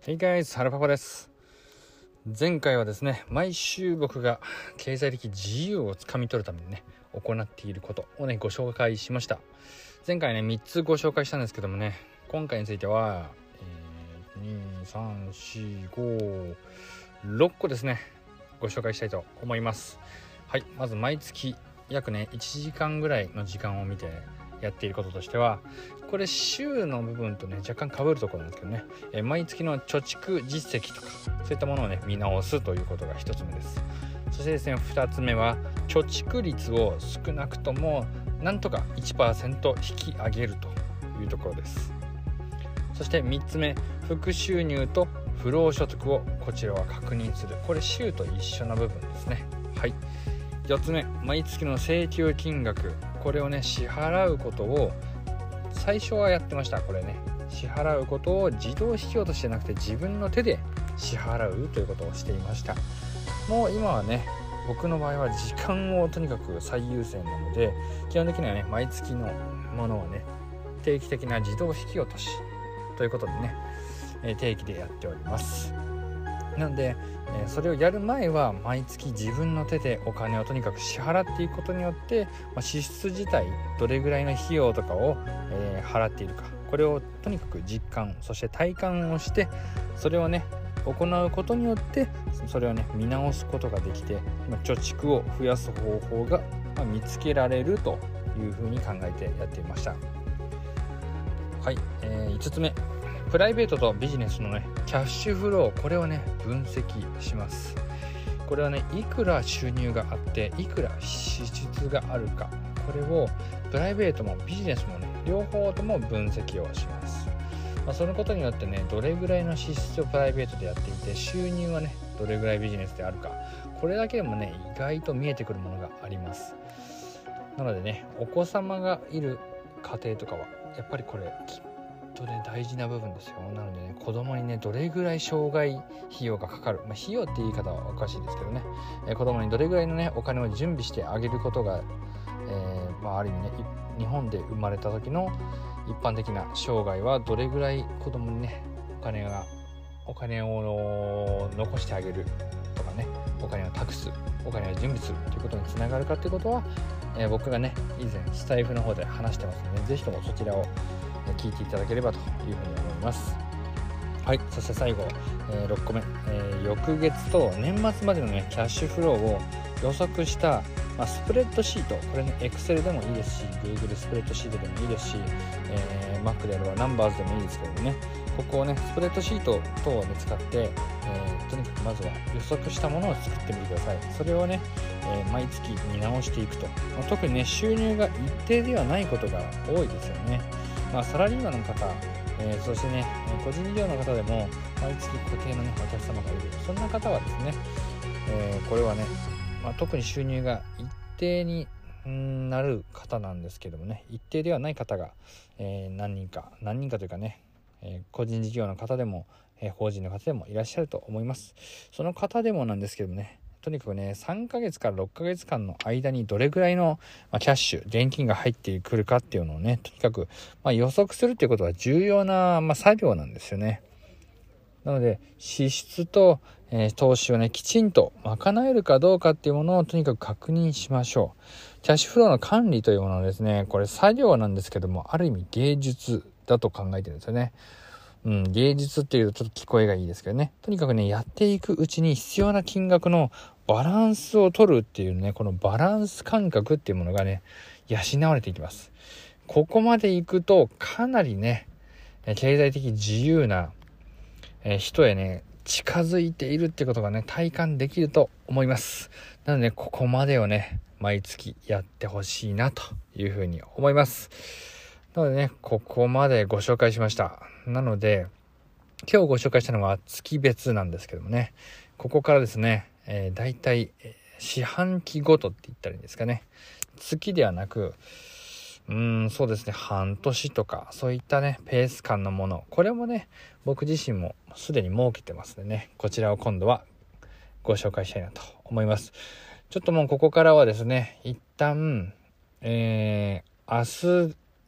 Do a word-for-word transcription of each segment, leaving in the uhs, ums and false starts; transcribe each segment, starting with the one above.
Hey guys、はるパパです。前回はですね、毎週僕が経済的自由をつかみ取るためにね、行っていることをね、ご紹介しました。前回ね、みっつご紹介したんですけどもね、今回については、えー、に、さん、よん、ご、ろっこですね、ご紹介したいと思います。はい、まず毎月約ね、いちじかんぐらいの時間を見てやっていることとしては、これ週の部分とね若干被るところなんですけどね、えー、毎月の貯蓄実績とかそういったものをね見直すということが一つ目です。そしてですね、二つ目は貯蓄率を少なくともなんとか いちパーセント 引き上げるというところです。そして三つ目、副収入と不労所得をこちらは確認する。これ週と一緒な部分ですね。はい。四つ目、毎月の請求金額、これをね支払うことを最初はやってました。これね、支払うことを自動引き落としじゃなくて自分の手で支払うということをしていました。もう今はね、僕の場合は時間をとにかく最優先なので、基本的にはね毎月のものはね定期的な自動引き落としということでね、えー、定期でやっております。なので、えー、それをやる前は毎月自分の手でお金をとにかく支払っていくことによって、まあ、支出自体どれぐらいの費用とかを、えー、払っているか、これをとにかく実感、そして体感をして、それをね行うことによってそれをね見直すことができて、まあ、貯蓄を増やす方法が、まあ、見つけられるというふうに考えてやっていました。はい、えー、いつつめ、プライベートとビジネスのねキャッシュフロー、これをね分析します。これはねいくら収入があっていくら支出があるか、これをプライベートもビジネスもね両方とも分析をします。まあ、そのことによってねどれぐらいの支出をプライベートでやっていて、収入はねどれぐらいビジネスであるか、これだけでもね意外と見えてくるものがあります。なのでね、お子様がいる家庭とかはやっぱりこれとね大事な部分ですよ。なのでね、子供にねどれぐらい障害費用がかかる、まあ、費用って言い方はおかしいですけどね、えー、子供にどれぐらいのねお金を準備してあげることが、えー、まあある意味ね日本で生まれた時の一般的な障害はどれぐらい子供にねお金がお金を残してあげるとかね、お金を託す、お金を準備するということにつながるかということは、えー、僕がね以前スタイフの方で話してますので、ぜひともそちらを聞いていただければというふうに思います。はい、そして最後、えー、ろっこめ、えー、翌月と年末までのねキャッシュフローを予測した、まあ、スプレッドシート、これね Excel でもいいですし Google スプレッドシートでもいいですし、えー、Mac であれば Numbers でもいいですけどもね、ここをねスプレッドシート等をね使って、えー、とにかくまずは予測したものを作ってみてください。それをね、えー、毎月見直していくと、まあ、特にね収入が一定ではないことが多いですよね。まあ、サラリーマンの方、えー、そしてね個人事業の方でも毎月固定のねお客様がいる、そんな方はですね、えー、これはね、まあ、特に収入が一定になる方なんですけどもね、一定ではない方が、えー、何人か何人かというかね、えー、個人事業の方でも、えー、法人の方でもいらっしゃると思います。その方でもなんですけどもね、とにかくねさんかげつからろっかげつかんの間にどれぐらいの、まあ、キャッシュ現金が入ってくるかっていうのをねとにかく、まあ、予測するっていうことは重要な、まあ、作業なんですよね。なので支出と、えー、投資をねきちんと賄えるかどうかっていうものをとにかく確認しましょう。キャッシュフローの管理というものはですね、これ作業なんですけども、ある意味芸術だと考えてるんですよね。うん、芸術っていうとちょっと聞こえがいいですけどね、とにかくねやっていくうちに必要な金額のバランスを取るっていうね、このバランス感覚っていうものがね養われていきます。ここまでいくとかなりね経済的自由な人へね近づいているってことがね体感できると思います。なのでここまでをね毎月やってほしいなというふうに思います。なのでねここまでご紹介しました。なので今日ご紹介したのは月別なんですけどもね、ここからですね、えー、だいたい四半期ごとって言ったらいいんですかね、月ではなくうーんそうですね半年とかそういったねペース感のもの、これもね僕自身もすでに設けてますのでね、こちらを今度はご紹介したいなと思います。ちょっともうここからはですね一旦、えー、明日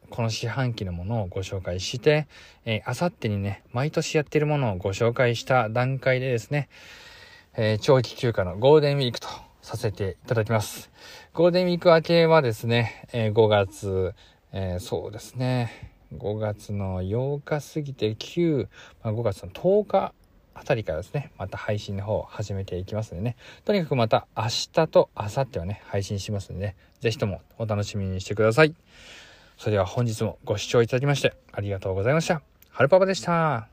この四半期のものをご紹介して、えー、あさってにね、毎年やっているものをご紹介した段階でですね、えー、長期休暇のゴールデンウィークとさせていただきます。ゴールデンウィーク明けはですね、えー、ごがつ、えー、そうですね、ごがつのようか過ぎてきゅう、まあ、ごがつのとおかあたりからですね、また配信の方を始めていきますのでね、とにかくまた明日と明後日はね、配信しますのでね、ぜひともお楽しみにしてください。それでは本日もご視聴いただきましてありがとうございました。はるパパでした。